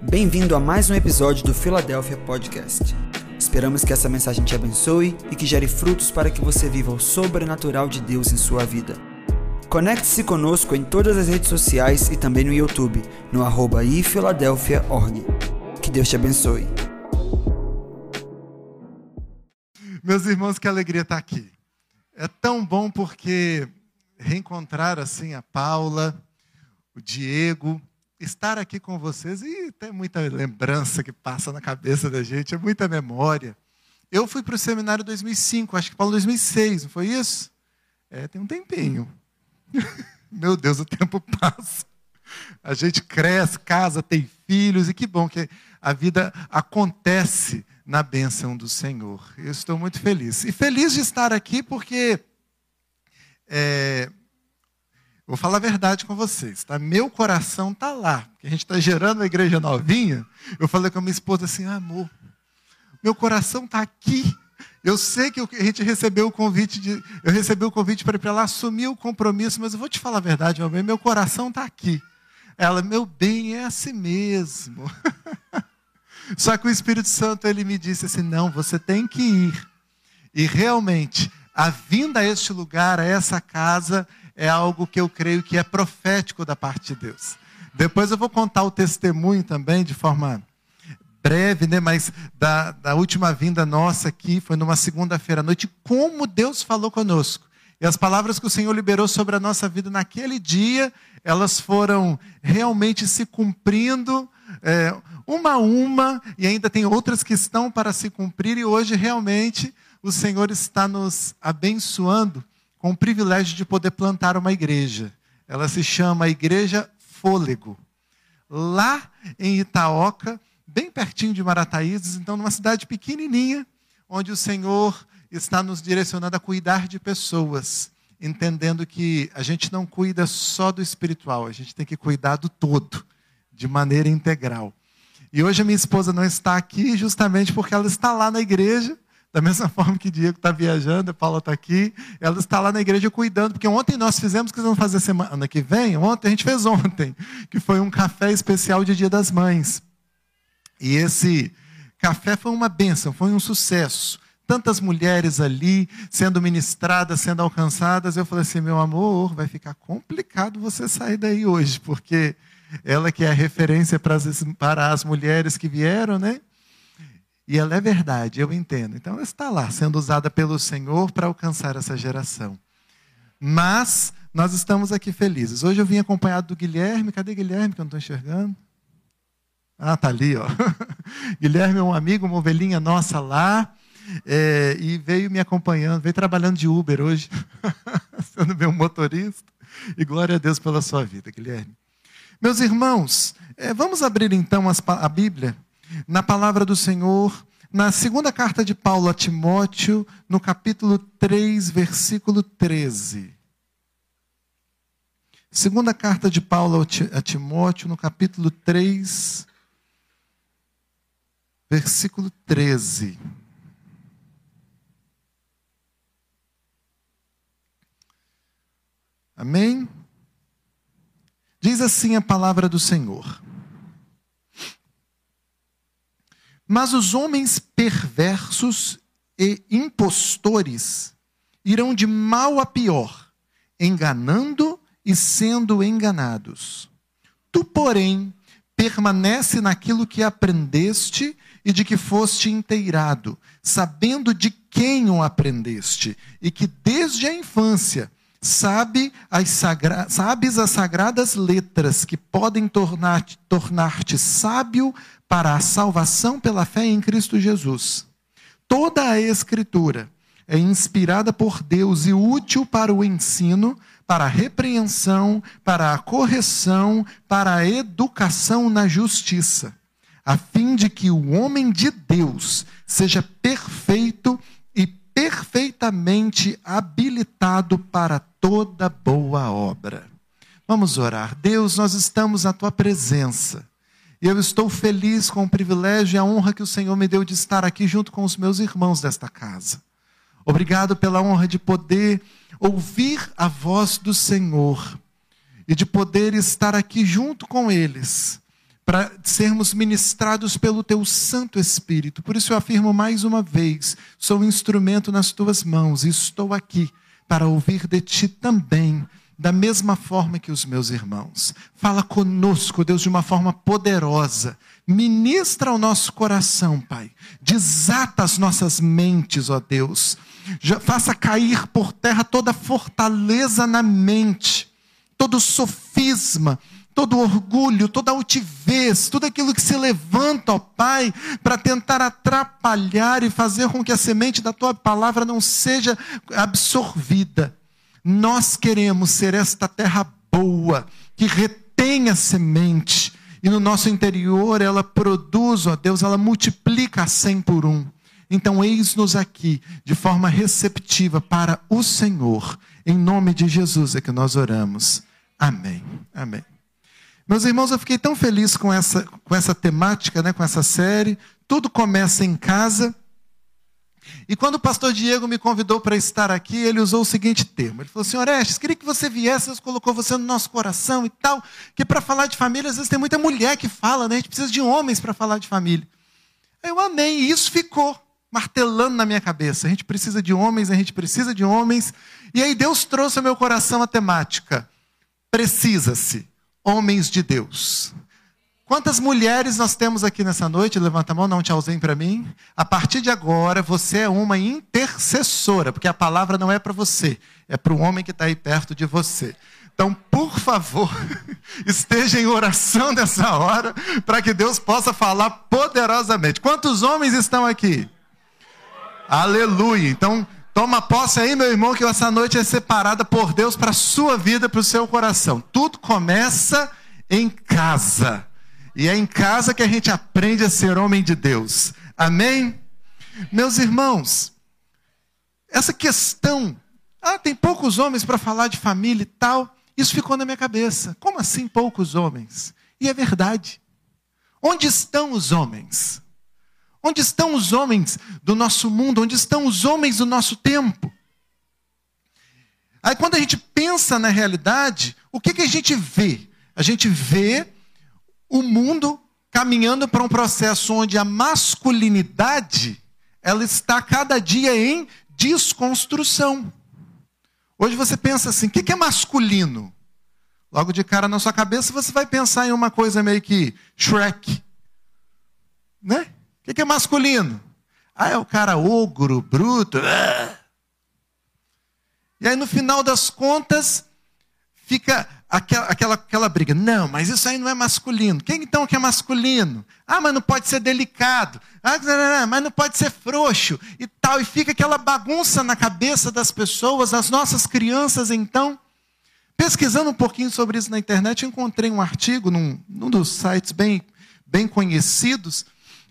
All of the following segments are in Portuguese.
Bem-vindo a mais um episódio do Philadelphia Podcast. Esperamos que essa mensagem te abençoe e que gere frutos para que você viva o sobrenatural de Deus em sua vida. Conecte-se conosco em todas as redes sociais e também no YouTube, no @ifiladelphia.org. Que Deus te abençoe. Meus irmãos, que alegria estar aqui. É tão bom porque reencontrar assim a Paula, o Diego, estar aqui com vocês, e tem muita lembrança que passa na cabeça da gente, é muita memória. Eu fui para o seminário em 2005, acho que Paulo 2006, não foi isso? Tem um tempinho. Meu Deus, o tempo passa. A gente cresce, casa, tem filhos, e que bom que a vida acontece na bênção do Senhor. Eu estou muito feliz. E feliz de estar aqui porque... vou falar a verdade com vocês, tá? Meu coração está lá, porque a gente está gerando uma igreja novinha. Eu falei com a minha esposa assim: amor, meu coração está aqui. Eu sei que a gente recebeu o convite, eu recebi o convite para ir para lá, assumir o compromisso, mas eu vou te falar a verdade, meu bem, meu coração está aqui. Ela: meu bem, é assim mesmo. Só que o Espírito Santo, ele me disse assim: não, você tem que ir. E realmente, a vinda a este lugar, a essa casa, é algo que eu creio que é profético da parte de Deus. Depois eu vou contar o testemunho também, de forma breve, né? Mas da última vinda nossa aqui, foi numa segunda-feira à noite, como Deus falou conosco. E as palavras que o Senhor liberou sobre a nossa vida naquele dia, elas foram realmente se cumprindo, uma a uma, e ainda tem outras que estão para se cumprir, e hoje realmente o Senhor está nos abençoando com o privilégio de poder plantar uma igreja. Ela se chama Igreja Fôlego, lá em Itaoca, bem pertinho de Marataízes, então numa cidade pequenininha, onde o Senhor está nos direcionando a cuidar de pessoas, entendendo que a gente não cuida só do espiritual, a gente tem que cuidar do todo, de maneira integral. E hoje a minha esposa não está aqui justamente porque ela está lá na igreja. Da mesma forma que o Diego está viajando, a Paula está aqui, ela está lá na igreja cuidando, porque ontem nós fizemos, que nós vamos fazer semana que vem, a gente fez ontem, que foi um café especial de Dia das Mães. E esse café foi uma bênção, foi um sucesso. Tantas mulheres ali sendo ministradas, sendo alcançadas. Eu falei assim: meu amor, vai ficar complicado você sair daí hoje, porque ela que é a referência para as mulheres que vieram, né? E ela é verdade, eu entendo. Então ela está lá, sendo usada pelo Senhor para alcançar essa geração. Mas nós estamos aqui felizes. Hoje eu vim acompanhado do Guilherme. Cadê Guilherme, que eu não estou enxergando? Ah, está ali, ó. Guilherme é um amigo, uma ovelhinha nossa lá. E veio me acompanhando, veio trabalhando de Uber hoje, sendo meu motorista. E glória a Deus pela sua vida, Guilherme. Meus irmãos, vamos abrir então a Bíblia na palavra do Senhor, na segunda carta de Paulo a Timóteo, no capítulo 3, versículo 13. Segunda carta de Paulo a Timóteo, no capítulo 3, versículo 13. Amém? Diz assim a palavra do Senhor: mas os homens perversos e impostores irão de mal a pior, enganando e sendo enganados. Tu, porém, permanece naquilo que aprendeste e de que foste inteirado, sabendo de quem o aprendeste, e que desde a infância sabes as sagradas letras que podem tornar-te sábio para a salvação pela fé em Cristo Jesus. Toda a Escritura é inspirada por Deus e útil para o ensino, para a repreensão, para a correção, para a educação na justiça, a fim de que o homem de Deus seja perfeito e perfeitamente habilitado para toda boa obra. Vamos orar. Deus, nós estamos à tua presença. E eu estou feliz com o privilégio e a honra que o Senhor me deu de estar aqui junto com os meus irmãos desta casa. Obrigado pela honra de poder ouvir a voz do Senhor e de poder estar aqui junto com eles, para sermos ministrados pelo Teu Santo Espírito. Por isso eu afirmo mais uma vez, sou um instrumento nas Tuas mãos e estou aqui para ouvir de Ti também, da mesma forma que os meus irmãos. Fala conosco, Deus, de uma forma poderosa. Ministra ao nosso coração, Pai. Desata as nossas mentes, ó Deus. Faça cair por terra toda fortaleza na mente, todo sofisma, todo orgulho, toda altivez, tudo aquilo que se levanta, ó Pai, para tentar atrapalhar e fazer com que a semente da Tua palavra não seja absorvida. Nós queremos ser esta terra boa, que retém a semente, e no nosso interior ela produz, ó Deus, ela multiplica a 100 por 1. Então eis-nos aqui, de forma receptiva para o Senhor. Em nome de Jesus é que nós oramos. Amém. Amém. Meus irmãos, eu fiquei tão feliz com essa temática, né, com essa série. Tudo começa em casa. E quando o pastor Diego me convidou para estar aqui, ele usou o seguinte termo. Ele falou assim: Orestes, queria que você viesse, Deus colocou você no nosso coração e tal, que para falar de família, às vezes tem muita mulher que fala, né? A gente precisa de homens para falar de família. Eu amei, e isso ficou martelando na minha cabeça. A gente precisa de homens, a gente precisa de homens. E aí Deus trouxe ao meu coração a temática. Precisa-se. Homens de Deus. Quantas mulheres nós temos aqui nessa noite? Levanta a mão, dá um tchauzinho para mim. A partir de agora, você é uma intercessora, porque a palavra não é para você, é para o homem que está aí perto de você. Então, por favor, esteja em oração nessa hora, para que Deus possa falar poderosamente. Quantos homens estão aqui? Aleluia! Então, toma posse aí, meu irmão, que essa noite é separada por Deus para a sua vida, para o seu coração. Tudo começa em casa. E é em casa que a gente aprende a ser homem de Deus. Amém? Meus irmãos, essa questão, tem poucos homens para falar de família e tal, isso ficou na minha cabeça. Como assim poucos homens? E é verdade. Onde estão os homens? Onde estão os homens do nosso mundo? Onde estão os homens do nosso tempo? Aí quando a gente pensa na realidade, o que a gente vê? A gente vê o mundo caminhando para um processo onde a masculinidade, ela está cada dia em desconstrução. Hoje você pensa assim, o que é masculino? Logo de cara na sua cabeça você vai pensar em uma coisa meio que Shrek. Né? O que é masculino? É o cara ogro, bruto. E aí no final das contas, fica aquela briga. Não, mas isso aí não é masculino. Quem então que é masculino? Mas não pode ser delicado. Mas não pode ser frouxo. E tal. E fica aquela bagunça na cabeça das pessoas, das nossas crianças então. Pesquisando um pouquinho sobre isso na internet, eu encontrei um artigo num dos sites bem conhecidos,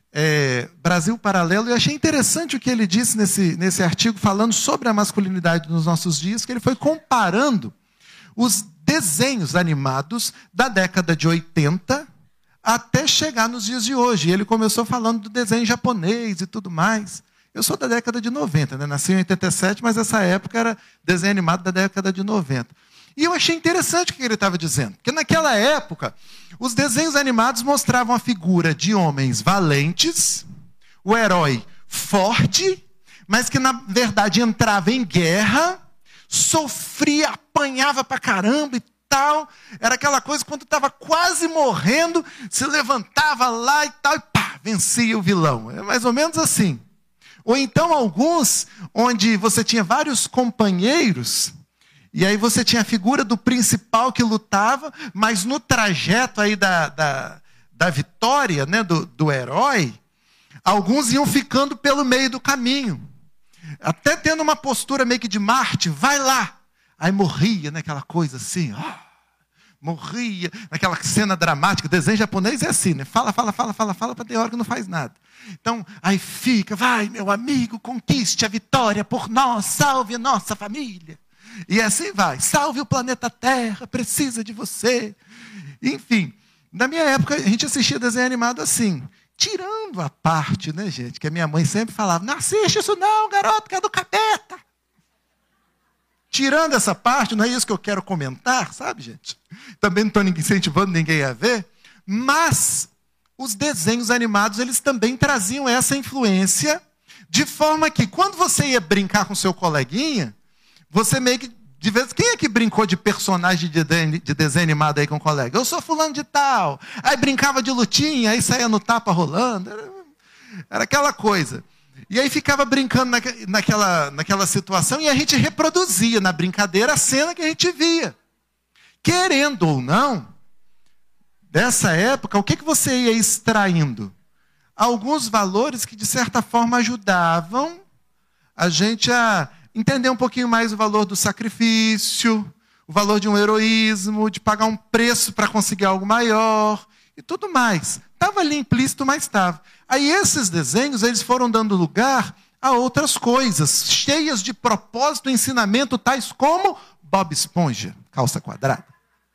Brasil Paralelo, e eu achei interessante o que ele disse nesse artigo, falando sobre a masculinidade nos nossos dias, que ele foi comparando os desenhos animados da década de 80 até chegar nos dias de hoje. E ele começou falando do desenho japonês e tudo mais. Eu sou da década de 90, né? Nasci em 87, mas essa época era desenho animado da década de 90. E eu achei interessante o que ele estava dizendo, porque naquela época, os desenhos animados mostravam a figura de homens valentes, o herói forte, mas que na verdade entrava em guerra, sofria, apanhava pra caramba e tal. Era aquela coisa, quando estava quase morrendo, se levantava lá e tal, e pá, vencia o vilão. É mais ou menos assim. Ou então alguns, onde você tinha vários companheiros, e aí você tinha a figura do principal que lutava, mas no trajeto aí da vitória, né, do herói, alguns iam ficando pelo meio do caminho. Até tendo uma postura meio que de Marte, vai lá. Aí morria, né, aquela coisa assim, morria, naquela cena dramática. Desenho japonês é assim, né? Fala, para ter hora que não faz nada. Então, aí fica, vai, meu amigo, conquiste a vitória por nós, salve a nossa família. E assim vai, salve o planeta Terra, precisa de você. Enfim, na minha época, a gente assistia desenho animado assim, tirando a parte, né, gente, que a minha mãe sempre falava, não assiste isso não, garoto, que é do capeta. Tirando essa parte, não é isso que eu quero comentar, sabe, gente? Também não estou incentivando ninguém a ver, Mas os desenhos animados, eles também traziam essa influência, de forma que quando você ia brincar com seu coleguinha, você meio que, de vez, quem é que brincou de personagem de desenho animado aí com o colega? Eu sou fulano de tal. Aí brincava de lutinha, aí saía no tapa rolando. Era aquela coisa. E aí ficava brincando naquela situação e a gente reproduzia na brincadeira a cena que a gente via. Querendo ou não, dessa época, o que você ia extraindo? Alguns valores que, de certa forma, ajudavam a gente a entender um pouquinho mais o valor do sacrifício, o valor de um heroísmo, de pagar um preço para conseguir algo maior e tudo mais. Estava ali implícito, mas estava. Aí esses desenhos, eles foram dando lugar a outras coisas, cheias de propósito e ensinamento, tais como Bob Esponja, calça quadrada.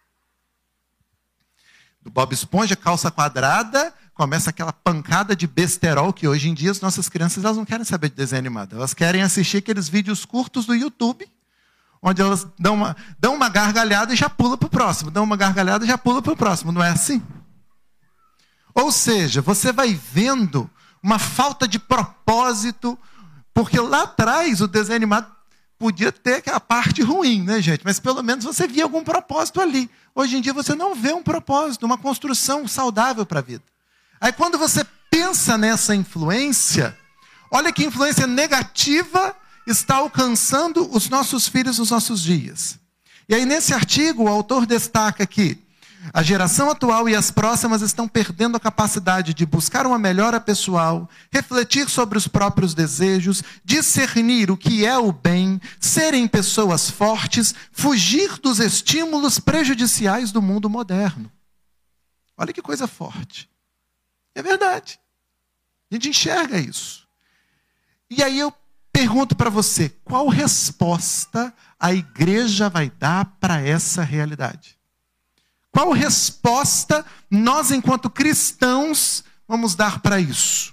Do Bob Esponja, calça quadrada, começa aquela pancada de besterol que hoje em dia as nossas crianças elas não querem saber de desenho animado. Elas querem assistir aqueles vídeos curtos do YouTube, onde elas dão uma gargalhada e já pula para o próximo. Dão uma gargalhada e já pula para o próximo. Não é assim? Ou seja, você vai vendo uma falta de propósito, porque lá atrás o desenho animado podia ter aquela parte ruim, né, gente? Mas pelo menos você via algum propósito ali. Hoje em dia você não vê um propósito, uma construção saudável para a vida. Aí quando você pensa nessa influência, olha que influência negativa está alcançando os nossos filhos nos nossos dias. E aí nesse artigo o autor destaca que a geração atual e as próximas estão perdendo a capacidade de buscar uma melhora pessoal, refletir sobre os próprios desejos, discernir o que é o bem, serem pessoas fortes, fugir dos estímulos prejudiciais do mundo moderno. Olha que coisa forte. É verdade. A gente enxerga isso. E aí eu pergunto para você, qual resposta a igreja vai dar para essa realidade? Qual resposta nós, enquanto cristãos, vamos dar para isso?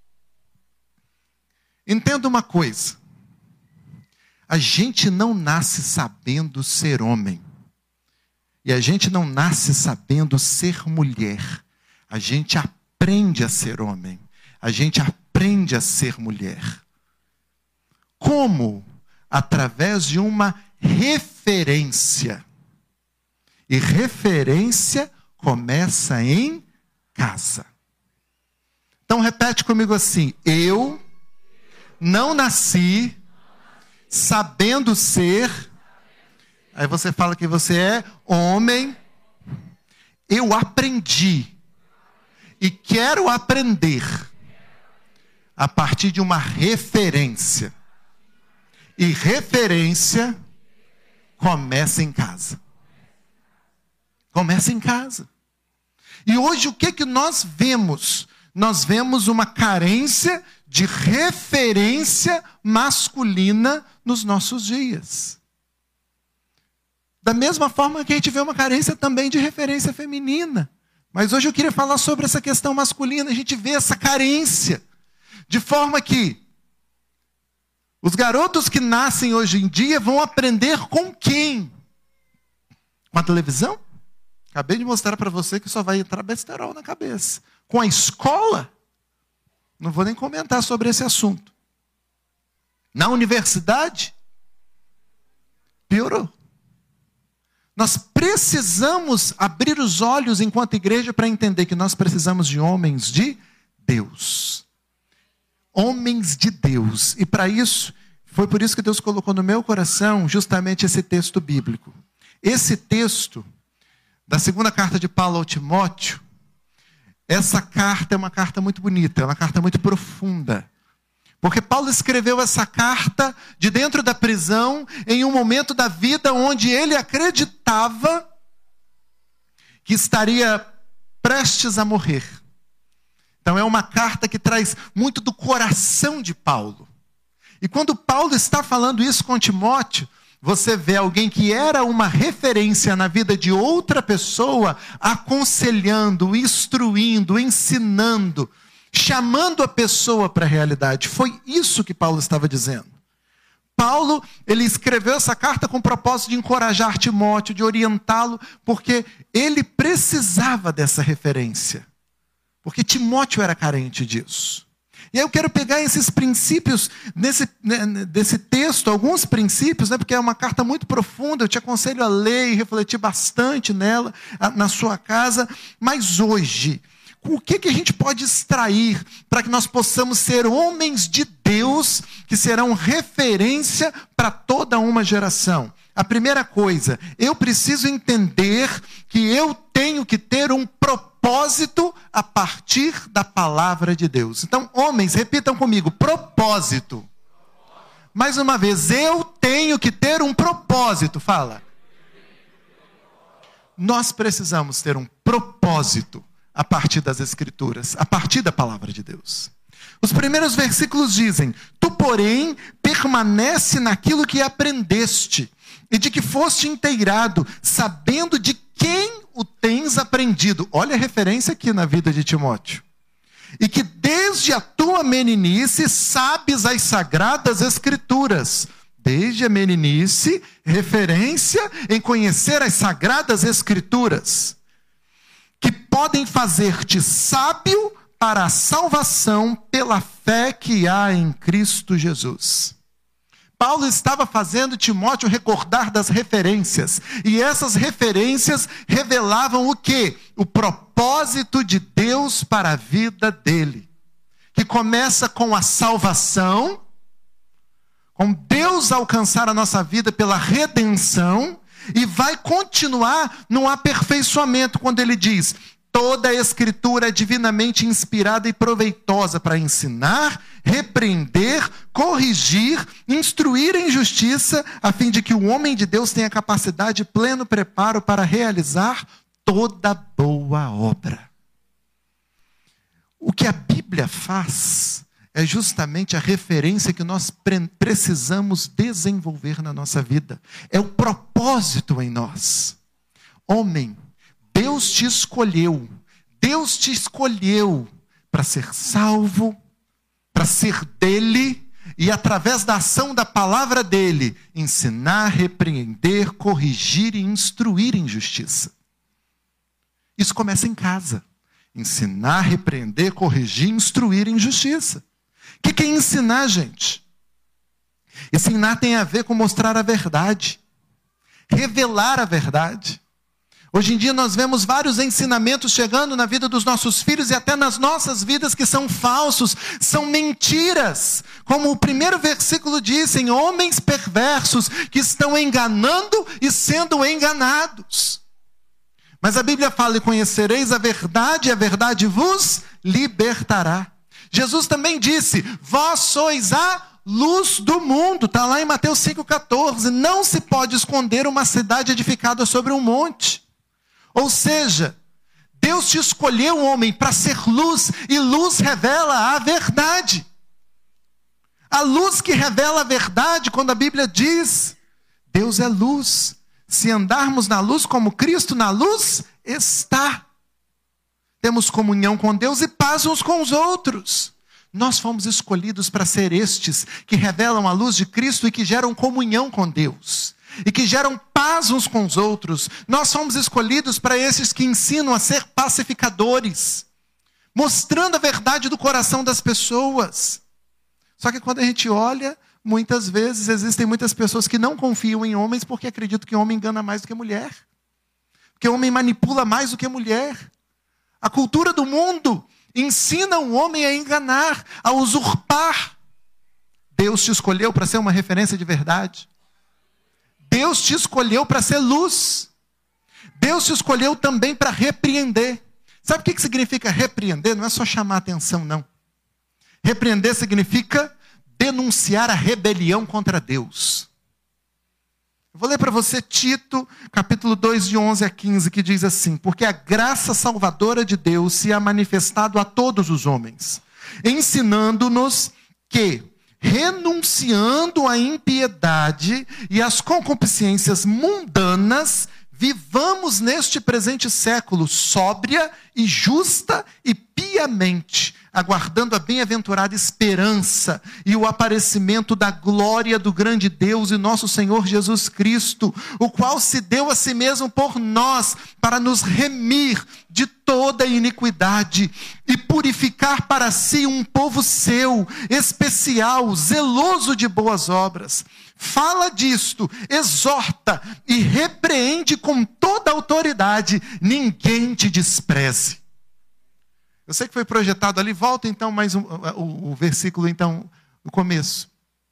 Entenda uma coisa. A gente não nasce sabendo ser homem. E a gente não nasce sabendo ser mulher. A gente aprende a ser homem. A gente aprende a ser mulher. Como? Através de uma referência. E referência começa em casa. Então repete comigo assim: eu não nasci sabendo ser. Aí você fala que você é homem. Eu aprendi e quero aprender a partir de uma referência. E referência começa em casa. Começa em casa. E hoje o que nós vemos? Nós vemos uma carência de referência masculina nos nossos dias. Da mesma forma que a gente vê uma carência também de referência feminina. Mas hoje eu queria falar sobre essa questão masculina. A gente vê essa carência. De forma que os garotos que nascem hoje em dia vão aprender com quem? Com a televisão? Acabei de mostrar para você que só vai entrar besterol na cabeça. Com a escola? Não vou nem comentar sobre esse assunto. Na universidade? Piorou. Nós precisamos abrir os olhos enquanto igreja para entender que nós precisamos de homens de Deus. Homens de Deus. E para isso, foi por isso que Deus colocou no meu coração justamente esse texto bíblico. Esse texto da segunda carta de Paulo ao Timóteo, essa carta é uma carta muito bonita, é uma carta muito profunda. Porque Paulo escreveu essa carta de dentro da prisão, em um momento da vida onde ele acreditava que estaria prestes a morrer. Então é uma carta que traz muito do coração de Paulo. E quando Paulo está falando isso com Timóteo, você vê alguém que era uma referência na vida de outra pessoa, aconselhando, instruindo, ensinando, chamando a pessoa para a realidade. Foi isso que Paulo estava dizendo. Paulo, ele escreveu essa carta com o propósito de encorajar Timóteo, de orientá-lo, porque ele precisava dessa referência. Porque Timóteo era carente disso. E aí eu quero pegar esses princípios desse texto, alguns princípios, porque é uma carta muito profunda, eu te aconselho a ler e refletir bastante nela, na sua casa. Mas hoje, o que a gente pode extrair para que nós possamos ser homens de Deus que serão referência para toda uma geração? A primeira coisa, eu preciso entender que eu tenho que ter um propósito a partir da palavra de Deus. Então, homens, repitam comigo, propósito. Mais uma vez, eu tenho que ter um propósito. Fala. Nós precisamos ter um propósito a partir das Escrituras, a partir da palavra de Deus. Os primeiros versículos dizem: tu, porém, permanece naquilo que aprendeste e de que foste inteirado, sabendo de quem o tens aprendido. Olha a referência aqui na vida de Timóteo. E que desde a tua meninice sabes as sagradas Escrituras. Desde a meninice, referência em conhecer as sagradas Escrituras, que podem fazer-te sábio para a salvação pela fé que há em Cristo Jesus. Paulo estava fazendo Timóteo recordar das referências. E essas referências revelavam o quê? O propósito de Deus para a vida dele. Que começa com a salvação, com Deus alcançar a nossa vida pela redenção, e vai continuar no aperfeiçoamento, quando ele diz: toda a Escritura é divinamente inspirada e proveitosa para ensinar, repreender, corrigir, instruir em justiça, a fim de que o homem de Deus tenha capacidade e pleno preparo para realizar toda boa obra. O que a Bíblia faz é justamente a referência que nós precisamos desenvolver na nossa vida. É o propósito em nós. Homem, Deus te escolheu. Deus te escolheu para ser salvo, para ser dele, e através da ação da palavra dele, ensinar, repreender, corrigir e instruir em justiça. Isso começa em casa. Ensinar, repreender, corrigir, instruir em justiça. O que é ensinar, gente? Ensinar tem a ver com mostrar a verdade, revelar a verdade. Hoje em dia nós vemos vários ensinamentos chegando na vida dos nossos filhos e até nas nossas vidas que são falsos, são mentiras. Como o primeiro versículo diz, em homens perversos que estão enganando e sendo enganados. Mas a Bíblia fala: e conhecereis a verdade vos libertará. Jesus também disse: vós sois a luz do mundo. Está lá em Mateus 5,14. Não se pode esconder uma cidade edificada sobre um monte. Ou seja, Deus te escolheu, homem, para ser luz, e luz revela a verdade. A luz que revela a verdade, quando a Bíblia diz: Deus é luz. Se andarmos na luz como Cristo na luz está. Temos comunhão com Deus e paz uns com os outros. Nós fomos escolhidos para ser estes que revelam a luz de Cristo e que geram comunhão com Deus. E que geram paz uns com os outros. Nós fomos escolhidos para esses que ensinam a ser pacificadores, mostrando a verdade do coração das pessoas. Só que quando a gente olha, muitas vezes existem muitas pessoas que não confiam em homens porque acreditam que homem engana mais do que mulher. Que homem manipula mais do que mulher. A cultura do mundo ensina o homem a enganar, a usurpar. Deus te escolheu para ser uma referência de verdade. Deus te escolheu para ser luz. Deus te escolheu também para repreender. Sabe o que significa repreender? Não é só chamar atenção, não. Repreender significa denunciar a rebelião contra Deus. Eu vou ler para você Tito, capítulo 2, de 11 a 15, que diz assim: porque a graça salvadora de Deus se há manifestado a todos os homens, ensinando-nos que, renunciando à impiedade e às concupiscências mundanas, vivamos neste presente século sóbria e justa e piamente, aguardando a bem-aventurada esperança e o aparecimento da glória do grande Deus e nosso Senhor Jesus Cristo, o qual se deu a si mesmo por nós, para nos remir de toda iniquidade e purificar para si um povo seu, especial, zeloso de boas obras. Fala disto, exorta e repreende com toda autoridade, ninguém te despreze. Eu sei que foi projetado ali, volta então mais o versículo então, no começo.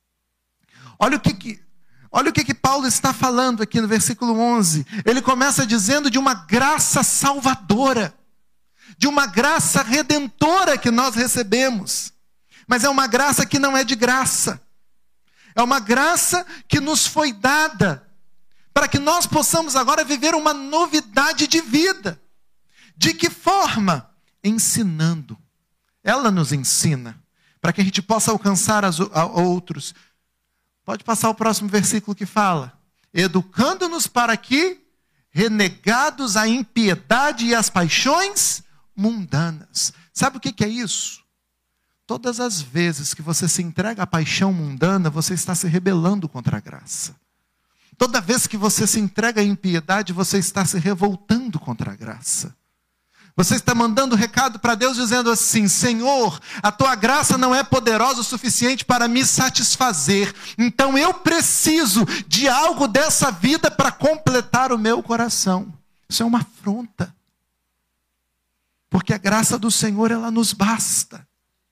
Olha o que Paulo está falando aqui no versículo 11. Ele começa dizendo de uma graça salvadora, de uma graça redentora que nós recebemos. Mas é uma graça que não é de graça. É uma graça que nos foi dada para que nós possamos agora viver uma novidade de vida. De que forma? Ensinando. Ela nos ensina para que a gente possa alcançar a outros. Pode passar o próximo versículo que fala: educando-nos para que, renegados a impiedade e as paixões mundanas. Sabe o que é isso? Todas as vezes que você se entrega à paixão mundana, você está se rebelando contra a graça. Toda vez que você se entrega à impiedade, você está se revoltando contra a graça. Você está mandando recado para Deus dizendo assim: Senhor, a tua graça não é poderosa o suficiente para me satisfazer. Então eu preciso de algo dessa vida para completar o meu coração. Isso é uma afronta. Porque a graça do Senhor, ela nos basta.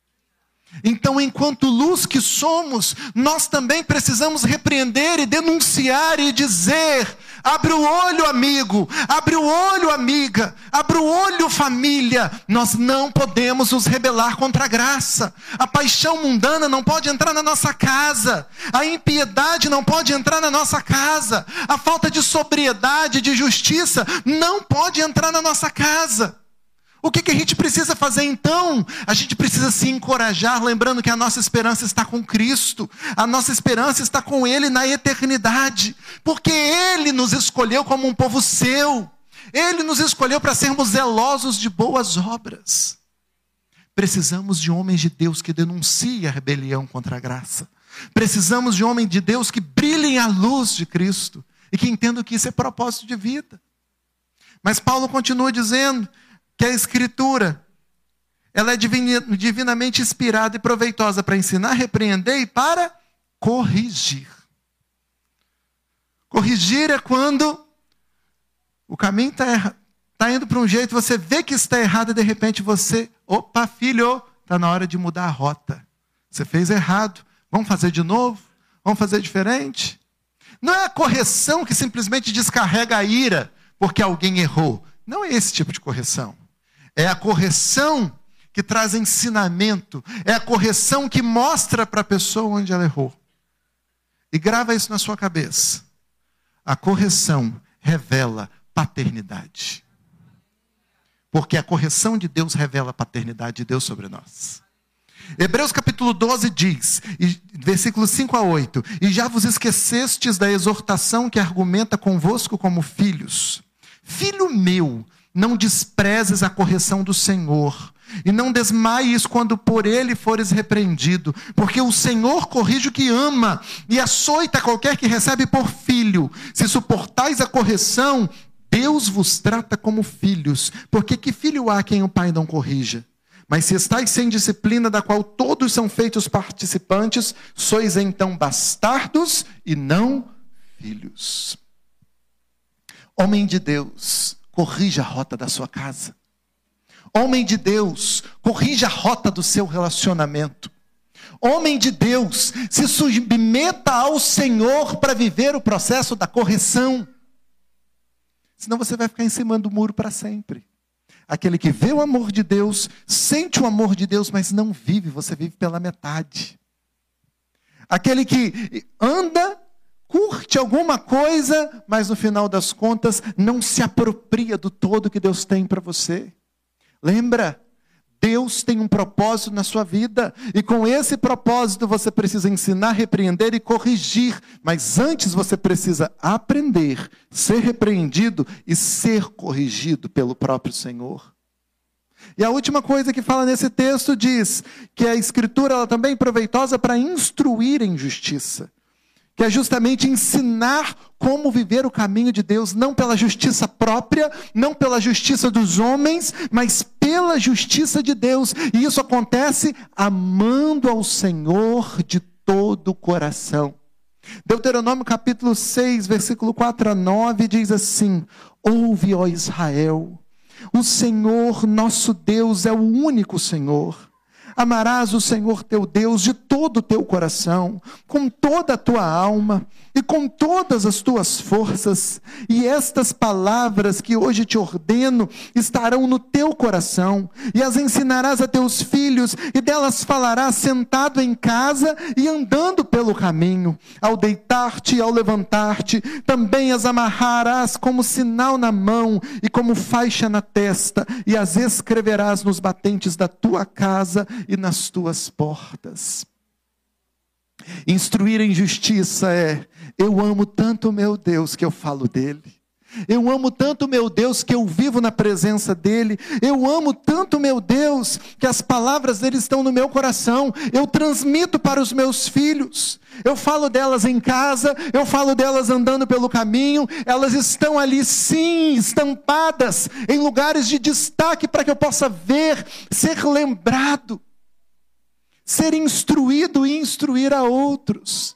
Então, enquanto luz que somos, nós também precisamos repreender e denunciar e dizer: abre o olho, amigo, abre o olho, amiga, abre o olho, família. Nós não podemos nos rebelar contra a graça. A paixão mundana não pode entrar na nossa casa. A impiedade não pode entrar na nossa casa. A falta de sobriedade, de justiça, não pode entrar na nossa casa. O que a gente precisa fazer então? A gente precisa se encorajar, lembrando que a nossa esperança está com Cristo. A nossa esperança está com Ele na eternidade. Porque Ele nos escolheu como um povo seu. Ele nos escolheu para sermos zelosos de boas obras. Precisamos de homens de Deus que denunciem a rebelião contra a graça. Precisamos de homens de Deus que brilhem a luz de Cristo. E que entendam que isso é propósito de vida. Mas Paulo continua dizendo que a Escritura, ela é divinamente inspirada e proveitosa para ensinar, repreender e para corrigir. Corrigir é quando o caminho está indo para um jeito, você vê que está errado e de repente você, opa, filho, está na hora de mudar a rota. Você fez errado, vamos fazer de novo? Vamos fazer diferente? Não é a correção que simplesmente descarrega a ira porque alguém errou. Não é esse tipo de correção. É a correção que traz ensinamento. É a correção que mostra para a pessoa onde ela errou. E grava isso na sua cabeça. A correção revela paternidade. Porque a correção de Deus revela a paternidade de Deus sobre nós. Hebreus capítulo 12 diz, versículos 5 a 8: E já vos esquecestes da exortação que argumenta convosco como filhos. Filho meu, não desprezes a correção do Senhor, e não desmaies quando por ele fores repreendido, porque o Senhor corrige o que ama, e açoita qualquer que recebe por filho. Se suportais a correção, Deus vos trata como filhos, porque que filho há quem o pai não corrija? Mas se estáis sem disciplina, da qual todos são feitos participantes, sois então bastardos e não filhos. Homem de Deus, corrija a rota da sua casa. Homem de Deus, corrija a rota do seu relacionamento. Homem de Deus, se submeta ao Senhor para viver o processo da correção. Senão você vai ficar em cima do muro para sempre. Aquele que vê o amor de Deus, sente o amor de Deus, mas não vive, você vive pela metade. Aquele que anda, curte alguma coisa, mas no final das contas não se apropria do todo que Deus tem para você. Lembra? Deus tem um propósito na sua vida, e com esse propósito você precisa ensinar, repreender e corrigir, mas antes você precisa aprender, ser repreendido e ser corrigido pelo próprio Senhor. E a última coisa que fala nesse texto diz que a Escritura ela também é proveitosa para instruir em justiça. Que é justamente ensinar como viver o caminho de Deus, não pela justiça própria, não pela justiça dos homens, mas pela justiça de Deus. E isso acontece amando ao Senhor de todo o coração. Deuteronômio capítulo 6, versículo 4 a 9, diz assim: ouve, ó Israel, o Senhor nosso Deus é o único Senhor. Amarás o Senhor teu Deus de todo o teu coração, com toda a tua alma e com todas as tuas forças. E estas palavras que hoje te ordeno estarão no teu coração, e as ensinarás a teus filhos, e delas falarás sentado em casa e andando pelo caminho. Ao deitar-te e ao levantar-te, também as amarrarás como sinal na mão e como faixa na testa, e as escreverás nos batentes da tua casa e nas tuas portas. Instruir em justiça é: eu amo tanto o meu Deus que eu falo dele. Eu amo tanto o meu Deus que eu vivo na presença dele. Eu amo tanto o meu Deus que as palavras dele estão no meu coração. Eu transmito para os meus filhos. Eu falo delas em casa, eu falo delas andando pelo caminho. Elas estão ali sim, estampadas em lugares de destaque para que eu possa ver, ser lembrado, ser instruído e instruir a outros.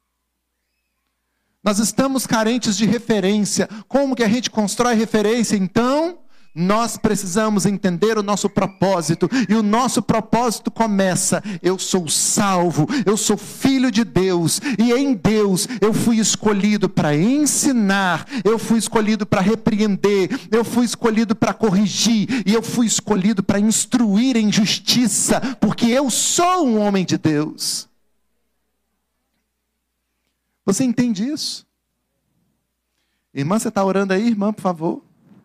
Nós estamos carentes de referência. Como que a gente constrói referência? Então, nós precisamos entender o nosso propósito. E o nosso propósito começa: eu sou salvo, eu sou filho de Deus. E em Deus eu fui escolhido para ensinar, eu fui escolhido para repreender, eu fui escolhido para corrigir, e eu fui escolhido para instruir em justiça, porque eu sou um homem de Deus. Você entende isso? Irmã, você está orando aí, irmã, por favor?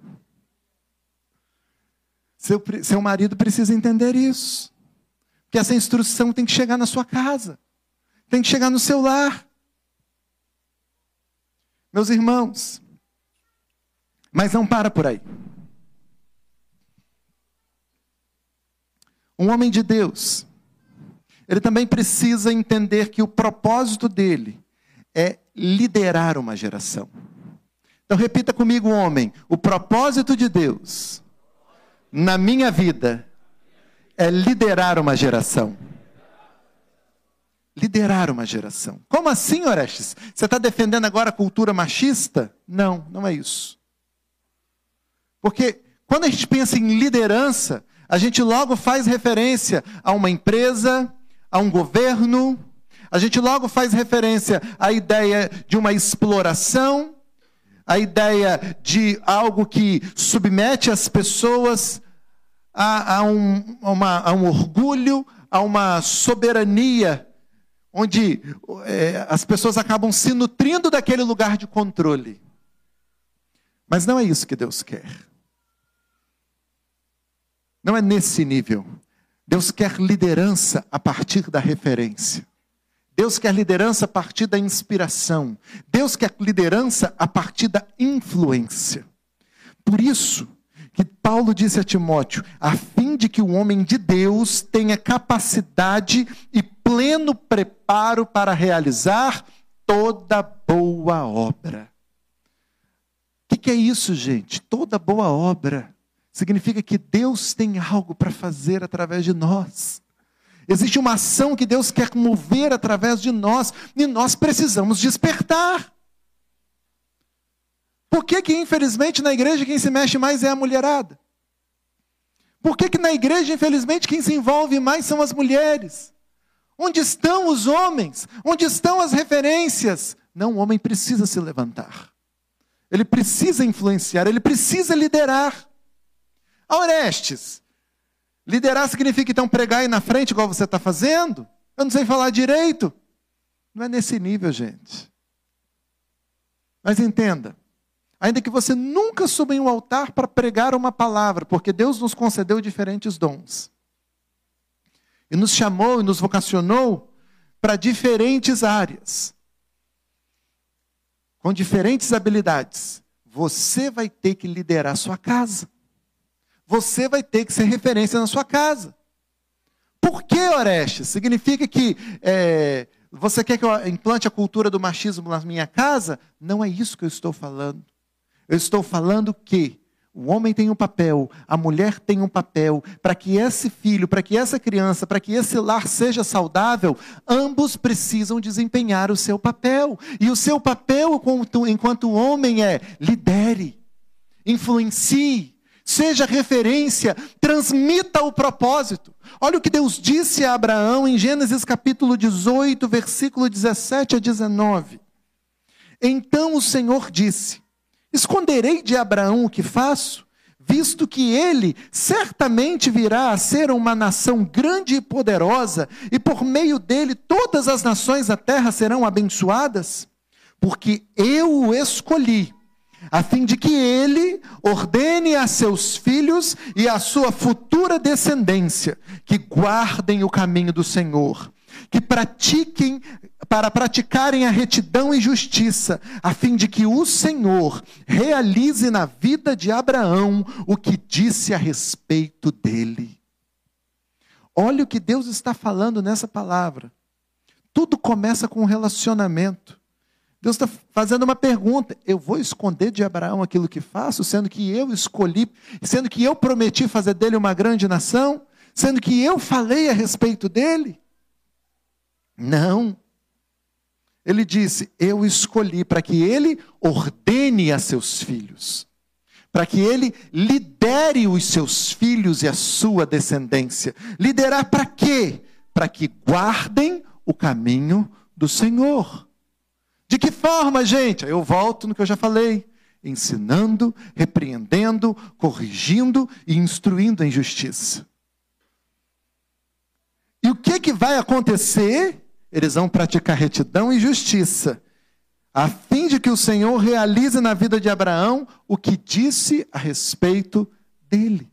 Seu marido precisa entender isso. Porque essa instrução tem que chegar na sua casa. Tem que chegar no seu lar. Meus irmãos, mas não para por aí. Um homem de Deus, ele também precisa entender que o propósito dele é liderar uma geração. Então repita comigo, homem: o propósito de Deus na minha vida é liderar uma geração. Liderar uma geração. Como assim, Orestes? Você está defendendo agora a cultura machista? Não, não é isso. Porque quando a gente pensa em liderança, a gente logo faz referência a uma empresa, a um governo. A gente logo faz referência à ideia de uma exploração, à ideia de algo que submete as pessoas a um orgulho, a uma soberania, onde as pessoas acabam se nutrindo daquele lugar de controle. Mas não é isso que Deus quer. Não é nesse nível. Deus quer liderança a partir da referência. Deus quer liderança a partir da inspiração. Deus quer liderança a partir da influência. Por isso que Paulo disse a Timóteo: a fim de que o homem de Deus tenha capacidade e pleno preparo para realizar toda boa obra. O que é isso, gente? Toda boa obra significa que Deus tem algo para fazer através de nós. Existe uma ação que Deus quer mover através de nós, e nós precisamos despertar. Por que infelizmente, na igreja quem se mexe mais é a mulherada? Por que na igreja, infelizmente, quem se envolve mais são as mulheres? Onde estão os homens? Onde estão as referências? Não, o homem precisa se levantar. Ele precisa influenciar, ele precisa liderar. Orestes, liderar significa então pregar aí na frente igual você está fazendo? Eu não sei falar direito. Não é nesse nível, gente. Mas entenda, ainda que você nunca suba em um altar para pregar uma palavra, porque Deus nos concedeu diferentes dons. E nos chamou e nos vocacionou para diferentes áreas. Com diferentes habilidades. Você vai ter que liderar a sua casa. você vai ter que ser referência na sua casa. Por que, Orestes? Significa que você quer que eu implante a cultura do machismo na minha casa? Não é isso que eu estou falando. Eu estou falando que o homem tem um papel, a mulher tem um papel, para que esse filho, para que essa criança, para que esse lar seja saudável, ambos precisam desempenhar o seu papel. E o seu papel enquanto homem é: lidere, influencie, seja referência, transmita o propósito. Olha o que Deus disse a Abraão em Gênesis capítulo 18, versículo 17 a 19. Então o Senhor disse: esconderei de Abraão o que faço, visto que ele certamente virá a ser uma nação grande e poderosa, e por meio dele todas as nações da terra serão abençoadas? Porque eu o escolhi, a fim de que ele ordene a seus filhos e a sua futura descendência, que guardem o caminho do Senhor, que praticarem a retidão e justiça, a fim de que o Senhor realize na vida de Abraão o que disse a respeito dele. Olha o que Deus está falando nessa palavra. Tudo começa com um relacionamento. Deus está fazendo uma pergunta: eu vou esconder de Abraão aquilo que faço, sendo que eu escolhi, sendo que eu prometi fazer dele uma grande nação, sendo que eu falei a respeito dele? Não. Ele disse: eu escolhi para que ele ordene a seus filhos, para que ele lidere os seus filhos e a sua descendência. Liderar para quê? Para que guardem o caminho do Senhor. De que forma, gente? Eu volto no que eu já falei: ensinando, repreendendo, corrigindo e instruindo em justiça. E o que vai acontecer? Eles vão praticar retidão e justiça, a fim de que o Senhor realize na vida de Abraão o que disse a respeito dele.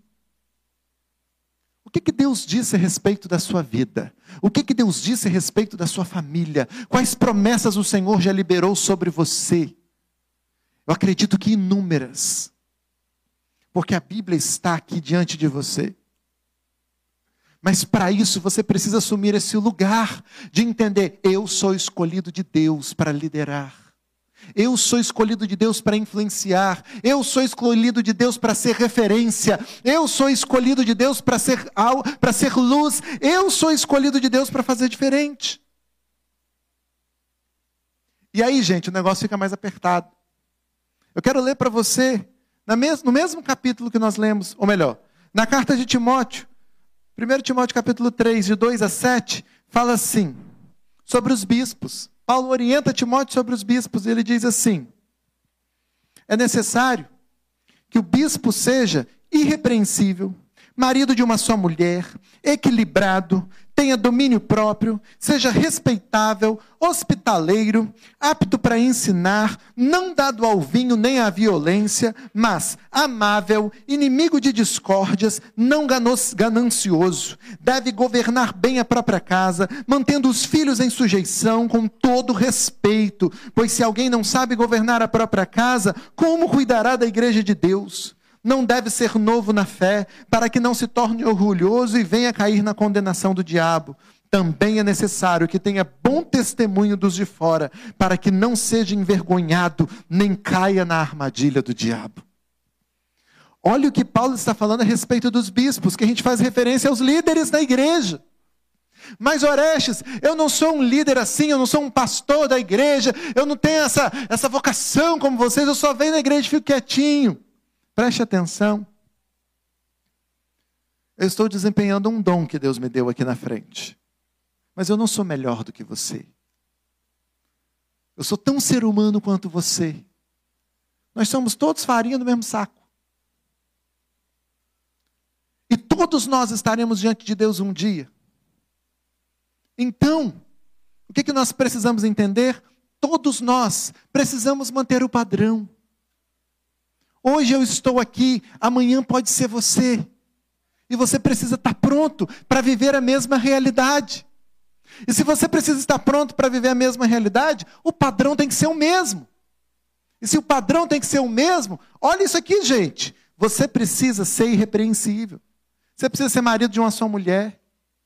O que Deus disse a respeito da sua vida? O que Deus disse a respeito da sua família? Quais promessas o Senhor já liberou sobre você? Eu acredito que inúmeras, porque a Bíblia está aqui diante de você. Mas para isso você precisa assumir esse lugar de entender: eu sou escolhido de Deus para liderar. Eu sou escolhido de Deus para influenciar. Eu sou escolhido de Deus para ser referência. Eu sou escolhido de Deus para ser luz. Eu sou escolhido de Deus para fazer diferente. E aí, gente, o negócio fica mais apertado. Eu quero ler para você, no mesmo capítulo que nós lemos, ou melhor, na carta de Timóteo, 1 Timóteo capítulo 3, de 2 a 7, fala assim, sobre os bispos. Paulo orienta Timóteo sobre os bispos, e ele diz assim: é necessário que o bispo seja irrepreensível, marido de uma só mulher, equilibrado, tenha domínio próprio, seja respeitável, hospitaleiro, apto para ensinar, não dado ao vinho nem à violência, mas amável, inimigo de discórdias, não ganancioso. Deve governar bem a própria casa, mantendo os filhos em sujeição com todo respeito, pois se alguém não sabe governar a própria casa, como cuidará da igreja de Deus? Não deve ser novo na fé, para que não se torne orgulhoso e venha cair na condenação do diabo. Também é necessário que tenha bom testemunho dos de fora, para que não seja envergonhado, nem caia na armadilha do diabo. Olha o que Paulo está falando a respeito dos bispos, que a gente faz referência aos líderes da igreja. Mas, Orestes, eu não sou um líder assim, eu não sou um pastor da igreja, eu não tenho essa vocação como vocês, eu só venho na igreja e fico quietinho. Preste atenção. Eu estou desempenhando um dom que Deus me deu aqui na frente. Mas eu não sou melhor do que você. Eu sou tão ser humano quanto você. Nós somos todos farinha do mesmo saco. E todos nós estaremos diante de Deus um dia. Então, o que nós precisamos entender? Todos nós precisamos manter o padrão. Hoje eu estou aqui, amanhã pode ser você. E você precisa estar pronto para viver a mesma realidade. E se você precisa estar pronto para viver a mesma realidade, o padrão tem que ser o mesmo. E se o padrão tem que ser o mesmo, olha isso aqui, gente. Você precisa ser irrepreensível. Você precisa ser marido de uma só mulher.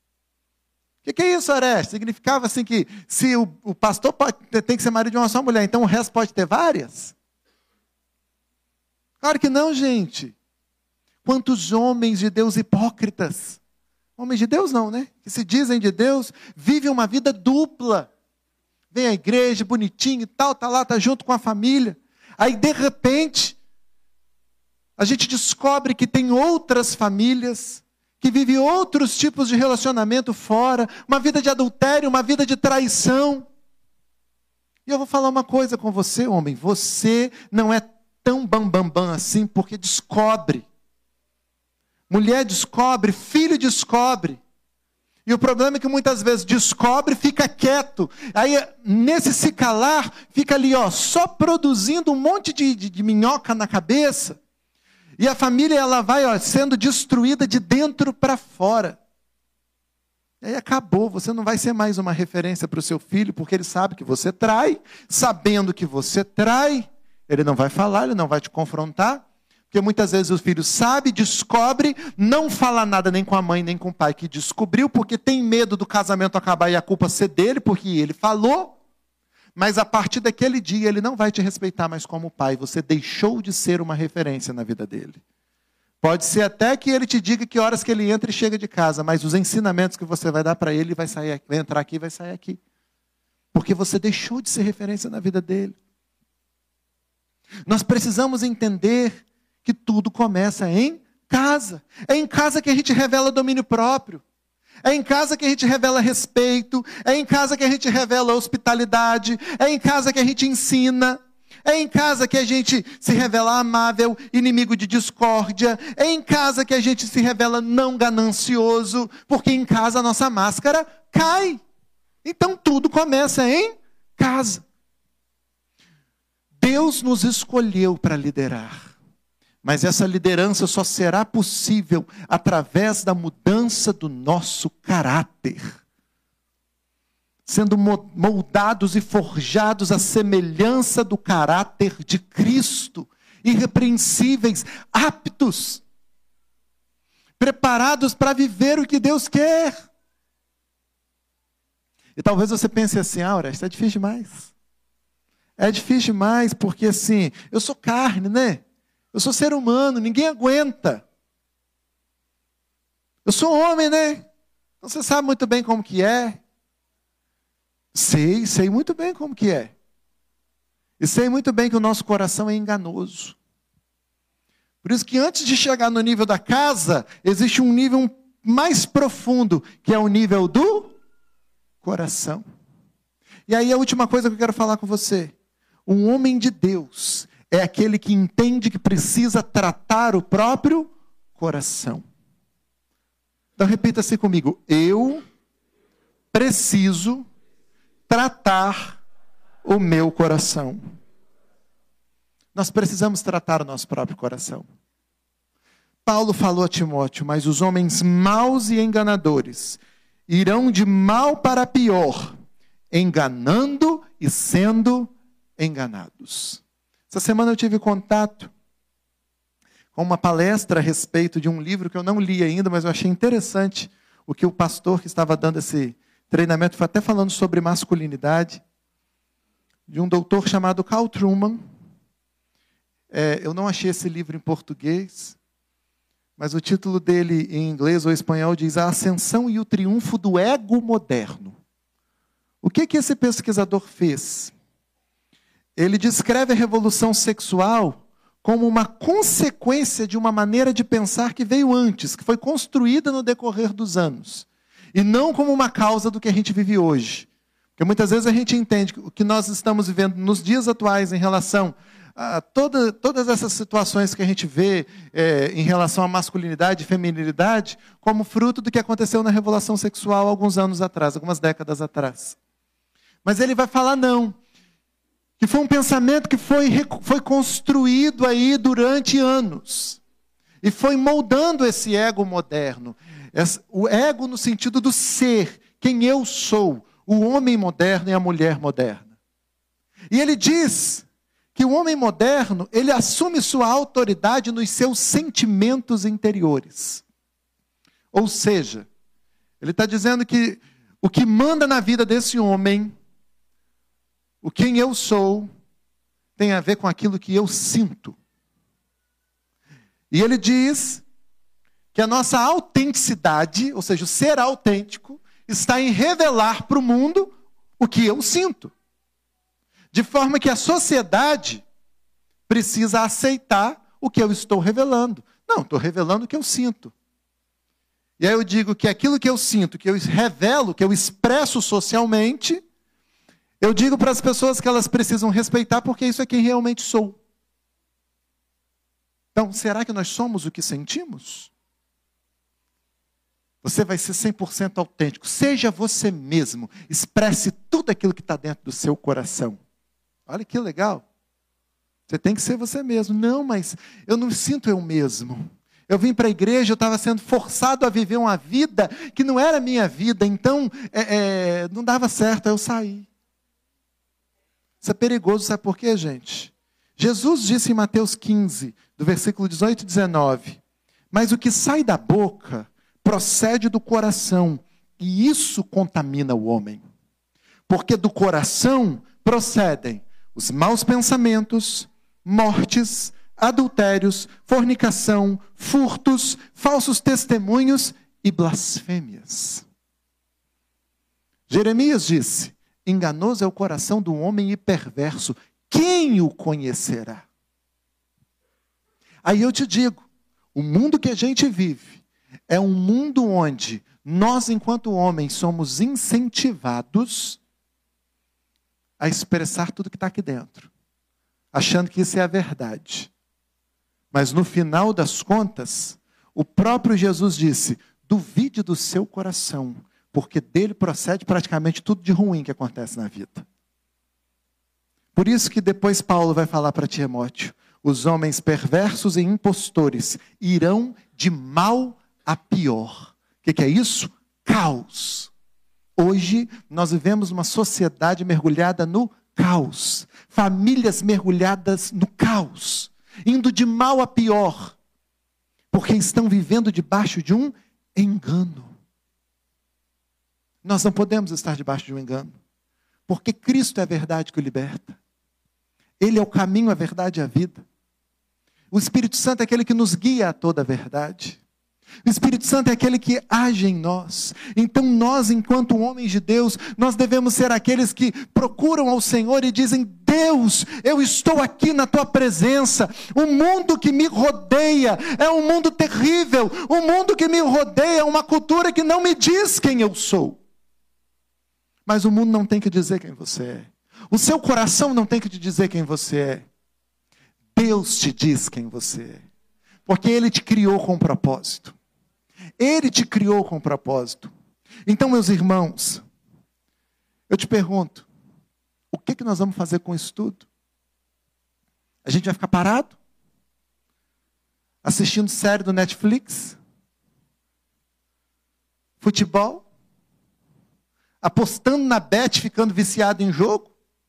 O que é isso, Oreste? Significava assim que se o pastor tem que ser marido de uma só mulher, então o resto pode ter várias? Claro que não, gente. Quantos homens de Deus hipócritas, homens de Deus não, né? Que se dizem de Deus, vivem uma vida dupla. Vem à igreja, bonitinho e tal, tá lá, tá junto com a família. Aí, de repente, a gente descobre que tem outras famílias, que vivem outros tipos de relacionamento fora, uma vida de adultério, uma vida de traição. E eu vou falar uma coisa com você, homem, você não é tão bambambam assim, porque descobre. Mulher descobre, filho descobre. E o problema é que muitas vezes descobre, fica quieto. Aí, nesse se calar, fica ali, ó, só produzindo um monte de minhoca na cabeça. E a família, ela vai, ó, sendo destruída de dentro para fora. E aí acabou, você não vai ser mais uma referência para o seu filho, porque ele sabe que você trai. Sabendo que você trai, ele não vai falar, ele não vai te confrontar. Porque muitas vezes o filho sabe, descobre, não fala nada nem com a mãe, nem com o pai que descobriu, porque tem medo do casamento acabar e a culpa ser dele, porque ele falou. Mas a partir daquele dia ele não vai te respeitar mais como pai. Você deixou de ser uma referência na vida dele. Pode ser até que ele te diga que horas que ele entra e chega de casa, mas os ensinamentos que você vai dar para ele, vai entrar aqui e vai sair aqui. Porque você deixou de ser referência na vida dele. Nós precisamos entender que tudo começa em casa. É em casa que a gente revela domínio próprio. É em casa que a gente revela respeito. É em casa que a gente revela hospitalidade. É em casa que a gente ensina. É em casa que a gente se revela amável, inimigo de discórdia. É em casa que a gente se revela não ganancioso, porque em casa a nossa máscara cai. Então tudo começa em casa. Deus nos escolheu para liderar. Mas essa liderança só será possível através da mudança do nosso caráter. Sendo moldados e forjados à semelhança do caráter de Cristo. Irrepreensíveis, aptos. Preparados para viver o que Deus quer. E talvez você pense assim, Oreste, é difícil demais. É difícil demais porque assim, eu sou carne, né? Eu sou ser humano, ninguém aguenta. Eu sou homem, né? Então você sabe muito bem como que é. Sei muito bem como que é. E sei muito bem que o nosso coração é enganoso. Por isso que antes de chegar no nível da casa, existe um nível mais profundo, que é o nível do coração. E aí a última coisa que eu quero falar com você. Um homem de Deus é aquele que entende que precisa tratar o próprio coração. Então repita-se comigo. Eu preciso tratar o meu coração. Nós precisamos tratar o nosso próprio coração. Paulo falou a Timóteo, mas os homens maus e enganadores irão de mal para pior, enganando e sendo enganados. Essa semana eu tive contato com uma palestra a respeito de um livro que eu não li ainda, mas eu achei interessante o que o pastor que estava dando esse treinamento, foi até falando sobre masculinidade, de um doutor chamado Carl Trueman. Eu não achei esse livro em português, mas o título dele em inglês ou espanhol diz A Ascensão e o Triunfo do Ego Moderno. O que esse pesquisador fez? Ele descreve a revolução sexual como uma consequência de uma maneira de pensar que veio antes, que foi construída no decorrer dos anos, e não como uma causa do que a gente vive hoje. Porque muitas vezes a gente entende que o que nós estamos vivendo nos dias atuais em relação a todas essas situações que a gente vê em relação à masculinidade e feminilidade, como fruto do que aconteceu na revolução sexual alguns anos atrás, algumas décadas atrás. Mas ele vai falar não. Que foi um pensamento que foi construído aí durante anos. E foi moldando esse ego moderno. O ego no sentido do ser, quem eu sou, o homem moderno e a mulher moderna. E ele diz que o homem moderno, ele assume sua autoridade nos seus sentimentos interiores. Ou seja, ele está dizendo que o que manda na vida desse homem, o quem eu sou, tem a ver com aquilo que eu sinto. E ele diz que a nossa autenticidade, ou seja, o ser autêntico, está em revelar para o mundo o que eu sinto. De forma que a sociedade precisa aceitar o que eu estou revelando. Não, estou revelando o que eu sinto. E aí eu digo que aquilo que eu sinto, que eu revelo, que eu expresso socialmente, eu digo para as pessoas que elas precisam respeitar, porque isso é quem realmente sou. Então, será que nós somos o que sentimos? Você vai ser 100% autêntico. Seja você mesmo. Expresse tudo aquilo que está dentro do seu coração. Olha que legal. Você tem que ser você mesmo. Não, mas eu não sinto eu mesmo. Eu vim para a igreja, eu estava sendo forçado a viver uma vida que não era minha vida. Então, não dava certo, aí eu saí. Isso é perigoso, sabe por quê, gente? Jesus disse em Mateus 15, do versículo 18 e 19, mas o que sai da boca procede do coração, e isso contamina o homem. Porque do coração procedem os maus pensamentos, mortes, adultérios, fornicação, furtos, falsos testemunhos e blasfêmias. Jeremias disse, enganoso é o coração do homem e perverso, quem o conhecerá? Aí eu te digo, o mundo que a gente vive é um mundo onde nós, enquanto homens, somos incentivados a expressar tudo que está aqui dentro, achando que isso é a verdade. Mas no final das contas, o próprio Jesus disse, duvide do seu coração, porque dele procede praticamente tudo de ruim que acontece na vida. Por isso que depois Paulo vai falar para Timóteo, os homens perversos e impostores irão de mal a pior. O que é isso? Caos. Hoje nós vivemos uma sociedade mergulhada no caos. Famílias mergulhadas no caos. Indo de mal a pior. Porque estão vivendo debaixo de um engano. Nós não podemos estar debaixo de um engano. Porque Cristo é a verdade que o liberta. Ele é o caminho, a verdade e a vida. O Espírito Santo é aquele que nos guia a toda a verdade. O Espírito Santo é aquele que age em nós. Então nós, enquanto homens de Deus, nós devemos ser aqueles que procuram ao Senhor e dizem, Deus, eu estou aqui na tua presença. O mundo que me rodeia é um mundo terrível. O mundo que me rodeia é uma cultura que não me diz quem eu sou. Mas o mundo não tem que dizer quem você é. O seu coração não tem que te dizer quem você é. Deus te diz quem você é. Porque Ele te criou com um propósito. Ele te criou com um propósito. Então, meus irmãos, eu te pergunto, o que nós vamos fazer com isso tudo? A gente vai ficar parado? Assistindo série do Netflix? Futebol? Apostando na bet, ficando viciado em jogo?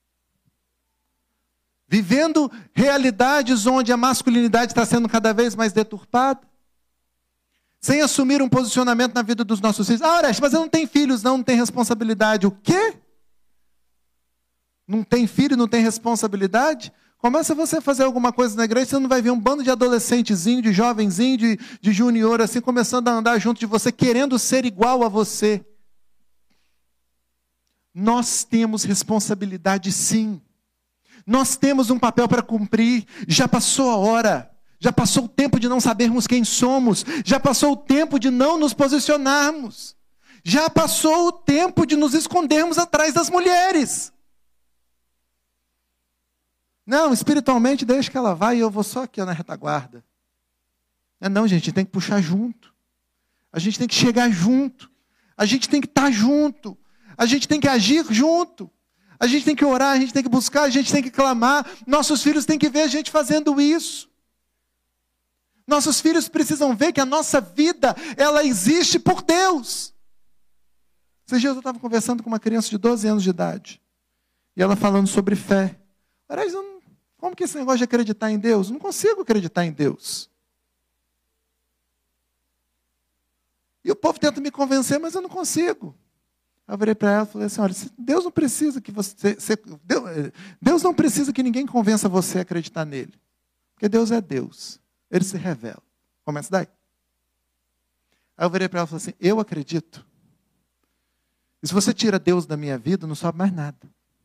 Vivendo realidades onde a masculinidade está sendo cada vez mais deturpada? Sem assumir um posicionamento na vida dos nossos filhos. Ah, Oreste, mas eu não tenho filhos, não tem responsabilidade. O quê? Não tem filho, não tem responsabilidade? Começa você a fazer alguma coisa na igreja, você não vai ver um bando de adolescentezinho, de jovenzinho, de junior, assim, começando a andar junto de você, querendo ser igual a você. Nós temos responsabilidade, sim. Nós temos um papel para cumprir. Já passou a hora. Já passou o tempo de não sabermos quem somos. Já passou o tempo de não nos posicionarmos. Já passou o tempo de nos escondermos atrás das mulheres. Não, espiritualmente deixa que ela vai e eu vou só aqui na retaguarda. Não, gente, tem que puxar junto. A gente tem que chegar junto. A gente tem que estar junto. A gente tem que agir junto. A gente tem que orar, a gente tem que buscar, a gente tem que clamar. Nossos filhos têm que ver a gente fazendo isso. Nossos filhos precisam ver que a nossa vida, ela existe por Deus. Esses dias eu estava conversando com uma criança de 12 anos de idade. E ela falando sobre fé. Como que esse negócio de acreditar em Deus? Não consigo acreditar em Deus. E o povo tenta me convencer, mas eu não consigo. Eu virei para ela e falei assim, olha, Deus não precisa que Deus não precisa que ninguém convença você a acreditar nele. Porque Deus é Deus. Ele se revela. Começa daí. Aí eu virei para ela e falei assim, eu acredito. E se você tira Deus da minha vida, não sobra mais nada.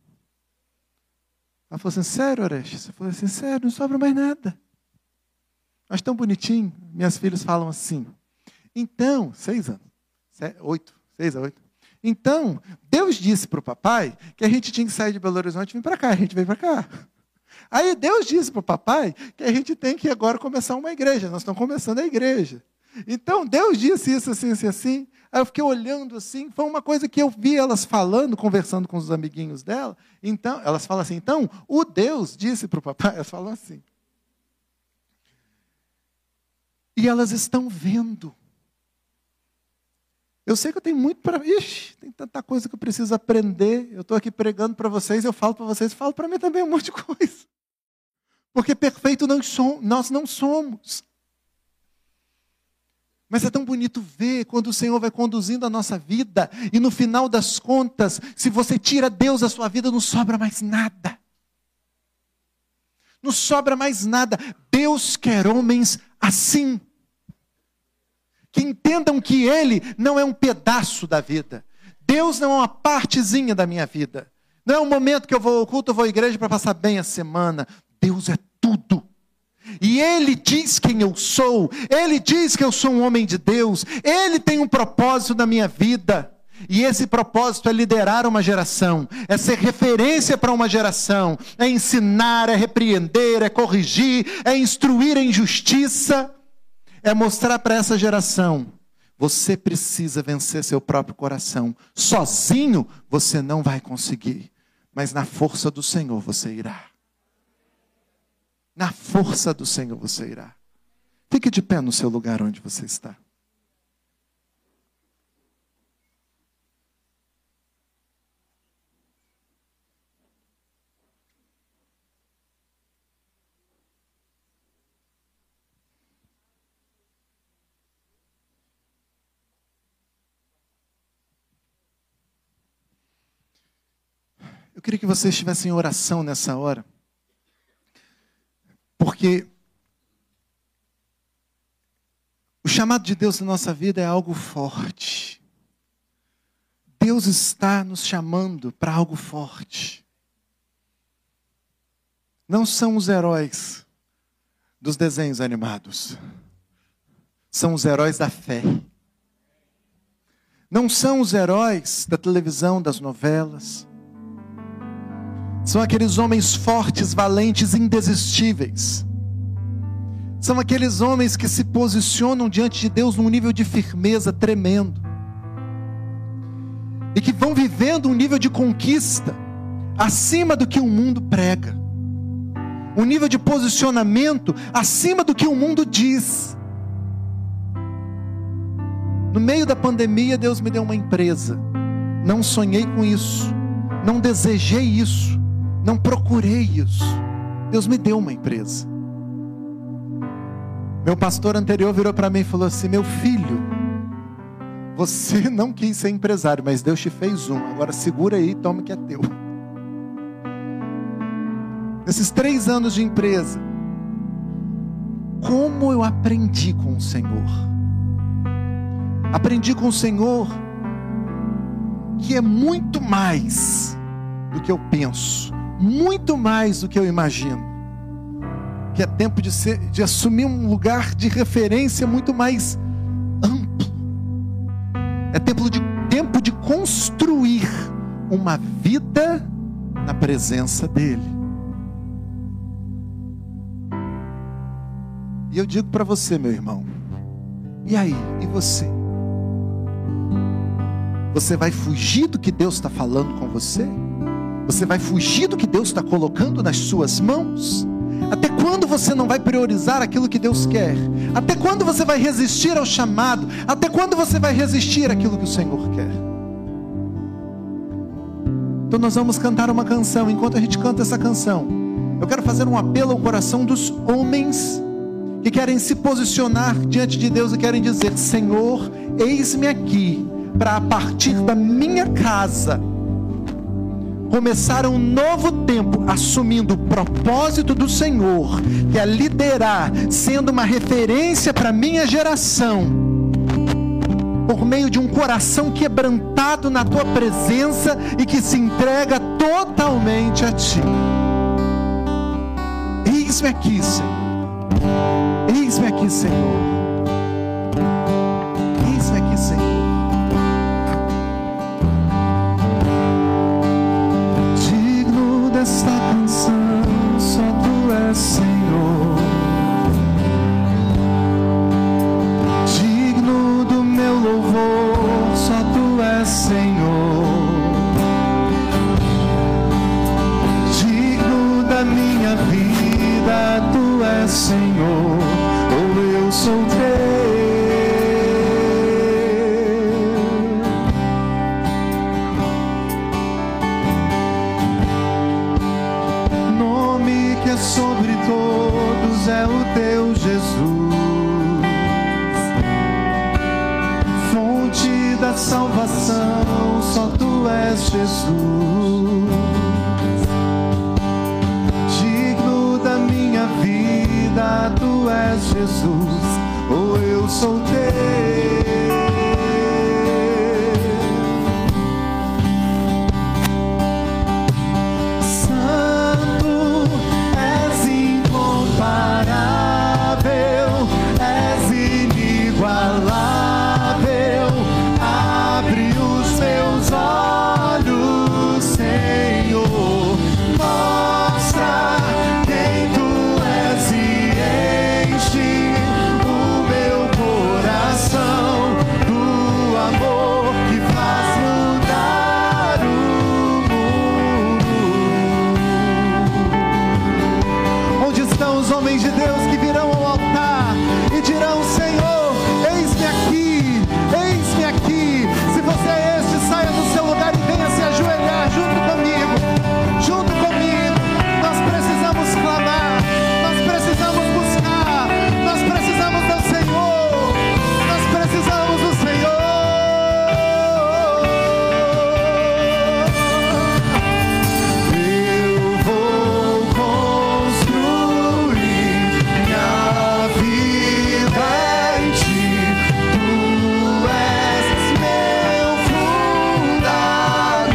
Ela falou assim, sério, Orestes? Eu falei assim, sério, não sobra mais nada. Mas tão bonitinho, minhas filhas falam assim, então, 6 anos, 6 a 8. Então, Deus disse para o papai que a gente tinha que sair de Belo Horizonte e vir para cá. A gente veio para cá. Aí Deus disse para o papai que a gente tem que agora começar uma igreja. Nós estamos começando a igreja. Então, Deus disse isso assim, assim, assim. Aí eu fiquei olhando assim. Foi uma coisa que eu vi elas falando, conversando com os amiguinhos dela. Então, elas falam assim, então, o Deus disse para o papai. Elas falam assim. E elas estão vendo. Eu sei que eu tenho muito para... tem tanta coisa que eu preciso aprender. Eu estou aqui pregando para vocês, eu falo para vocês, falo para mim também um monte de coisa. Porque perfeito nós não somos. Mas é tão bonito ver quando o Senhor vai conduzindo a nossa vida e no final das contas, se você tira Deus da sua vida, não sobra mais nada. Não sobra mais nada. Deus quer homens assim. Que entendam que Ele não é um pedaço da vida. Deus não é uma partezinha da minha vida. Não é um momento que eu vou ao culto, eu vou à igreja para passar bem a semana. Deus é tudo. E Ele diz quem eu sou. Ele diz que eu sou um homem de Deus. Ele tem um propósito na minha vida. E esse propósito é liderar uma geração. É ser referência para uma geração. É ensinar, é repreender, é corrigir, é instruir em justiça. É mostrar para essa geração, você precisa vencer seu próprio coração. Sozinho você não vai conseguir, mas na força do Senhor você irá. Na força do Senhor você irá. Fique de pé no seu lugar onde você está. Eu queria que vocês estivessem em oração nessa hora. Porque o chamado de Deus na nossa vida é algo forte. Deus está nos chamando para algo forte. Não são os heróis dos desenhos animados. São os heróis da fé. Não são os heróis da televisão, das novelas. São aqueles homens fortes, valentes, indesistíveis. São aqueles homens que se posicionam diante de Deus num nível de firmeza tremendo. E que vão vivendo um nível de conquista acima do que o mundo prega. Um nível de posicionamento acima do que o mundo diz. No meio da pandemia, Deus me deu uma empresa. Não sonhei com isso. Não desejei isso. Não procurei isso. Deus me deu uma empresa. Meu pastor anterior virou para mim e falou assim: meu filho, você não quis ser empresário, mas Deus te fez um. Agora segura aí e toma o que é teu. Nesses 3 anos de empresa, como eu aprendi com o Senhor. Aprendi com o Senhor que é muito mais do que eu penso, muito mais do que eu imagino, que é tempo de assumir um lugar de referência muito mais amplo. É tempo de construir uma vida na presença dEle. E eu digo para você, meu irmão, e aí? E você? Você vai fugir do que Deus está falando com você? Você vai fugir do que Deus está colocando nas suas mãos? Até quando você não vai priorizar aquilo que Deus quer? Até quando você vai resistir ao chamado? Até quando você vai resistir àquilo que o Senhor quer? Então nós vamos cantar uma canção. Enquanto a gente canta essa canção, Eu quero fazer um apelo ao coração dos homens que querem se posicionar diante de Deus e querem dizer: Senhor, eis-me aqui, para a partir da minha casa começar um novo tempo, assumindo o propósito do Senhor, que é liderar, sendo uma referência para a minha geração, por meio de um coração quebrantado na tua presença e que se entrega totalmente a ti. Eis-me aqui, Senhor. Eis-me aqui, Senhor. Eis-me aqui, Senhor. Digno desta canção, só tu és, Senhor. Digno do meu louvor, só tu és, Senhor. Digno da minha vida, tu és, Senhor, ou eu sou teu. Nome que é sobre todos é o teu Jesus, fonte da salvação, só tu és, Jesus. Tu és Jesus, ou eu sou teu. Santo, és incomparável, és inigualável. Abre os meus olhos, Senhor, mostra quem tu és e enche o meu coração do amor que faz mudar o mundo. Onde estão os homens de Deus que virão ao altar e dirão: Senhor, eis-me aqui, eis-me aqui. Se você é este, saia do seu lugar e venha se ajoelhar junto comigo, junto comigo. Nós precisamos clamar, nós precisamos buscar, nós precisamos do Senhor, nós precisamos do Senhor. Eu vou construir minha vida em ti, tu és meu fundamento.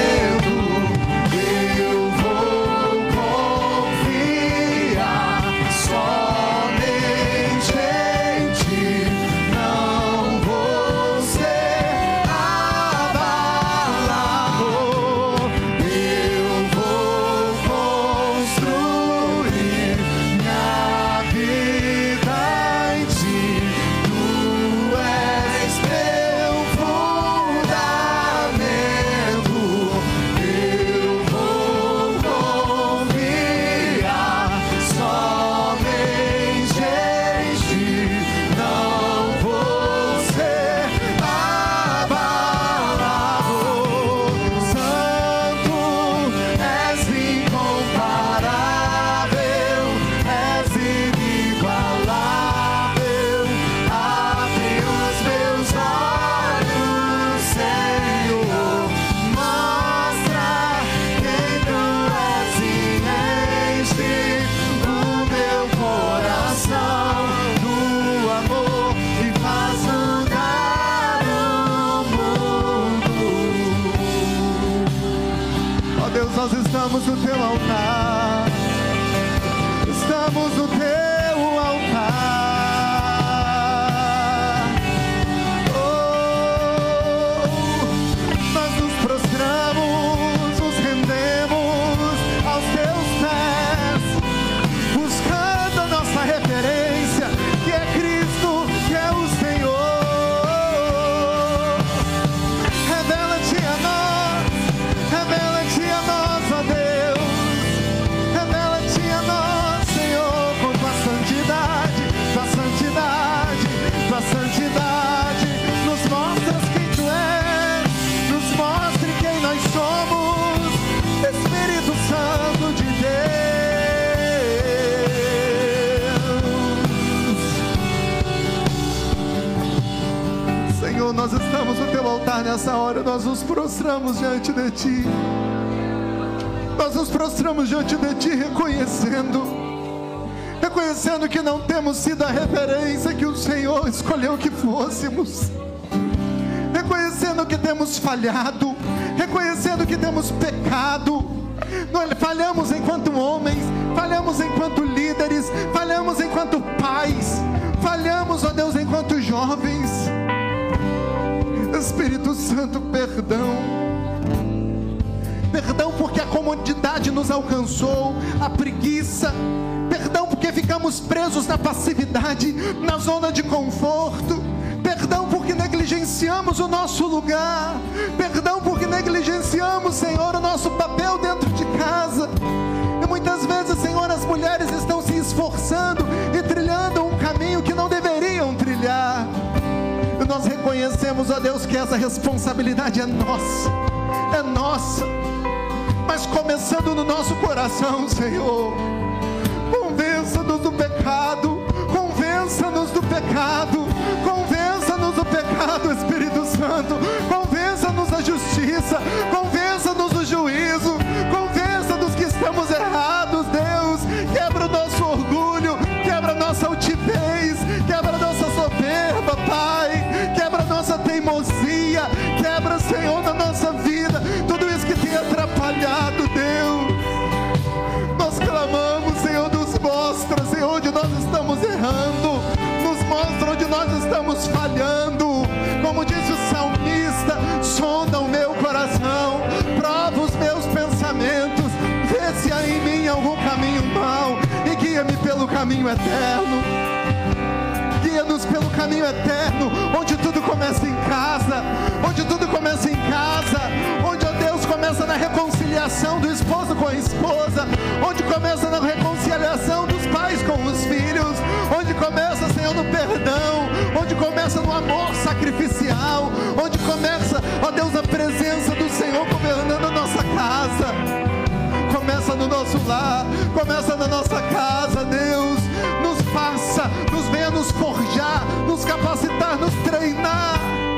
Eu vou confiar somente em ti, não vou ser abalado. Eu vou construir minha vida em ti, tu és meu fundamento. Eu vou confiar somente em ti, não vou ser abalado. Santo, és incomparável, és inigualável. Abre os meus olhos, Senhor, mostra quem tu és e enche o meu coração do amor que faz mudar o mundo. Ó Deus, nós estamos no teu altar, estamos no teu altar. Nós nos prostramos, nos rendemos aos teus pés, buscando a nossa referência, que é Cristo, que é o Senhor. Revela-te a nós, ó Deus, revela-te a nós, Senhor, com tua altar nessa hora, nós nos prostramos diante de Ti. Nós nos prostramos diante de Ti, reconhecendo que não temos sido a referência que o Senhor escolheu que fôssemos, reconhecendo que temos falhado, reconhecendo que temos pecado. Nós falhamos enquanto homens, falhamos enquanto líderes, falhamos enquanto pais, falhamos, ó Deus, enquanto jovens. Espírito Santo, perdão porque a comodidade nos alcançou, a preguiça, perdão porque ficamos presos na passividade, na zona de conforto, perdão porque negligenciamos o nosso lugar, perdão porque negligenciamos, Senhor, o nosso papel dentro de casa. E muitas vezes, Senhor, as mulheres estão se esforçando e trilhando um caminho que não deveriam trilhar. E nós reconhecemos, ó Deus, que essa responsabilidade é nossa, mas começando no nosso coração, Senhor. Convença-nos do pecado, convença-nos do pecado, convença-nos do pecado, Espírito Santo, convença-nos da justiça, convença-nos do juízo, convença-nos que estamos errados, Deus. Quebra o nosso orgulho, quebra a nossa altivez, quebra a nossa soberba, Pai, quebra a nossa teimosia, quebra, Senhor, na nossa vida, tudo isso que tem atrapalhado, Deus. Nós clamamos, Senhor, nos mostra, Senhor, onde nós estamos errando, nos mostra onde nós estamos falhando. Como disse o salmista, sonda o meu coração, prova os meus pensamentos, vê se há em mim algum caminho mau e guia-me pelo caminho eterno. Guia-nos pelo caminho eterno, onde tudo começa em casa, onde tudo começa em casa, onde, ó Deus, começa na reconciliação do esposo com a esposa, onde começa na reconciliação dos pais com os filhos, onde começa, Senhor, no perdão, onde começa no amor sacrificial, onde começa, ó Deus, a presença do Senhor governando a nossa casa. Começa no nosso lar, começa na nossa casa, Deus. Nos faça, nos venha nos forjar, nos capacitar, nos treinar,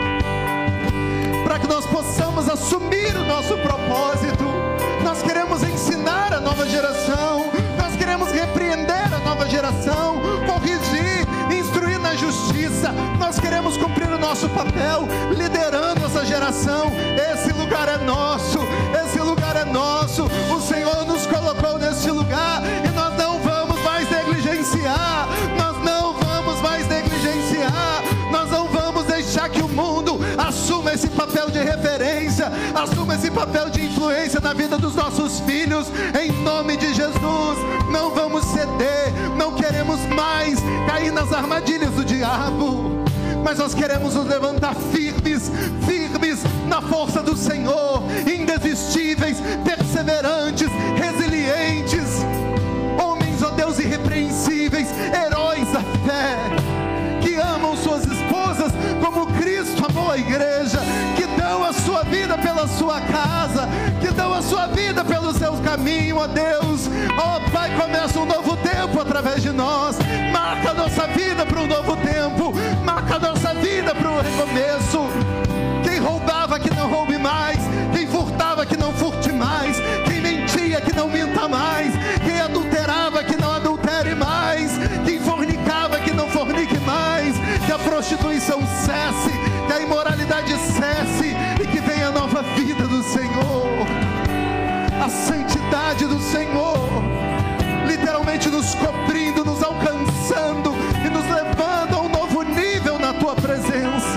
para que nós possamos assumir o nosso propósito. Nós queremos ensinar a nova geração, nós queremos repreender a nova geração, corrigir, instruir na justiça. Nós queremos cumprir o nosso papel, liderando essa geração. Esse lugar é nosso, esse lugar é nosso. O Senhor nos colocou nesse lugar e nós não vamos mais negligenciar, nós não vamos mais negligenciar, nós não vamos deixar que o mundo assuma esse papel de referência, assuma esse papel de influência na vida dos nossos filhos, em nome de Jesus. Não vamos ceder, não queremos mais cair nas armadilhas do diabo, mas nós queremos nos levantar firmes, firmes na força do Senhor, indesistíveis, perseverantes, resilientes, homens, ó Deus, irrepreensíveis, heróis da fé, que amam suas esposas como Cristo amou a igreja, que dão a sua vida pela sua casa, que dão a sua vida pelo seu caminho, ó Deus. Ó Pai, começa um novo tempo através de nós, marca a nossa vida para um novo tempo, marca a nossa vida para o recomeço. Quem roubava, que não roube mais, quem furtava, que não furte mais, quem mentia, que não minta mais, quem adulterava, que não adultere mais, quem fornicava, que não fornique mais, que a prostituição cesse, que a imoralidade cesse e que venha a nova vida do Senhor, a santidade do Senhor, literalmente nos cobrindo, nos alcançando e nos levando a um novo nível na Tua presença.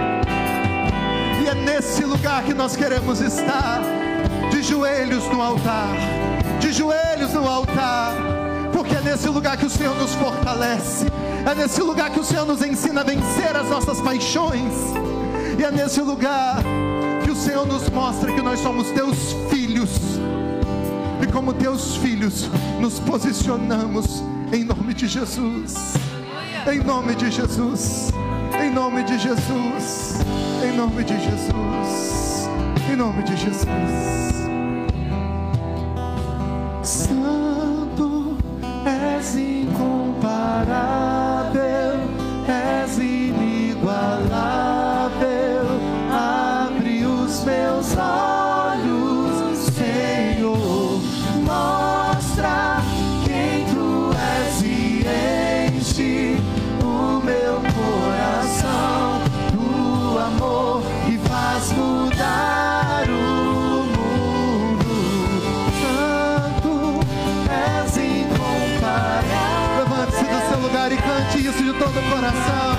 E é nesse lugar que nós queremos estar, de joelhos no altar, de joelhos no altar, porque é nesse lugar que o Senhor nos fortalece, é nesse lugar que o Senhor nos ensina a vencer as nossas paixões, e é nesse lugar que o Senhor nos mostra que nós somos Teus filhos, e como Teus filhos nos posicionamos em nome de Jesus, em nome de Jesus, em nome de Jesus, em nome de Jesus, em nome de Jesus. Santo, és incomparável, és inigualável. todo o coração.